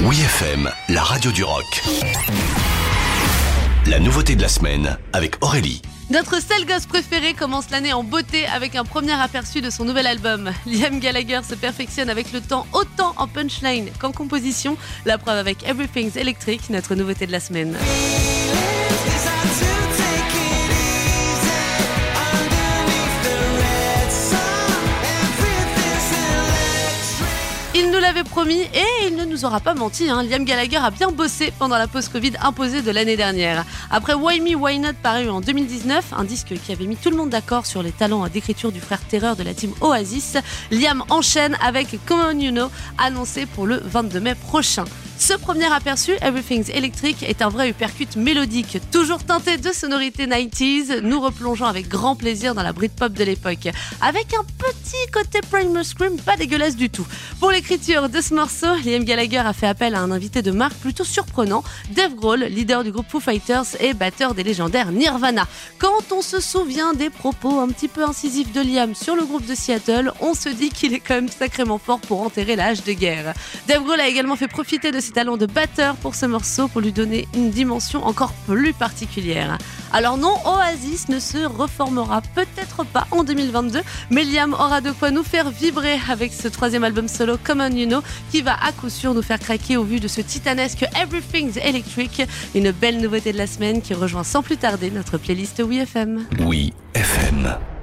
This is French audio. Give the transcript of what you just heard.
Oui FM, la radio du rock. La nouveauté de la semaine avec Aurélie. Notre sale gosse préféré commence l'année en beauté avec un premier aperçu de son nouvel album. Liam Gallagher se perfectionne avec le temps, autant en punchline qu'en composition. La preuve avec Everything's Electric, notre nouveauté de la semaine. Il nous l'avait promis et il ne nous aura pas menti. Liam Gallagher a bien bossé pendant la pause Covid imposée de l'année dernière. Après Why Me, Why Not paru en 2019, un disque qui avait mis tout le monde d'accord sur les talents d'écriture du frère Terreur de la team Oasis, Liam enchaîne avec Come On You Know, annoncé pour le 22 mai prochain. Ce premier aperçu, Everything's Electric, est un vrai uppercut mélodique, toujours teinté de sonorités 90s, nous replongeant avec grand plaisir dans la Britpop de l'époque, avec un petit côté Primal Scream pas dégueulasse du tout. Pour l'écriture de ce morceau, Liam Gallagher a fait appel à un invité de marque plutôt surprenant, Dave Grohl, leader du groupe Foo Fighters et batteur des légendaires Nirvana. Quand on se souvient des propos un petit peu incisifs de Liam sur le groupe de Seattle, on se dit qu'il est quand même sacrément fort pour enterrer la hache de guerre. Dave Grohl a également fait profiter de ses talents de batteur pour ce morceau pour lui donner une dimension encore plus particulière. Alors non, Oasis ne se reformera peut-être pas en 2022, mais Liam aura de quoi nous faire vibrer avec ce troisième album solo Come On You Know, qui va à coup sûr nous faire craquer au vu de ce titanesque Everything's Electric, une belle nouveauté de la semaine qui rejoint sans plus tarder notre playlist Oui FM. Oui FM.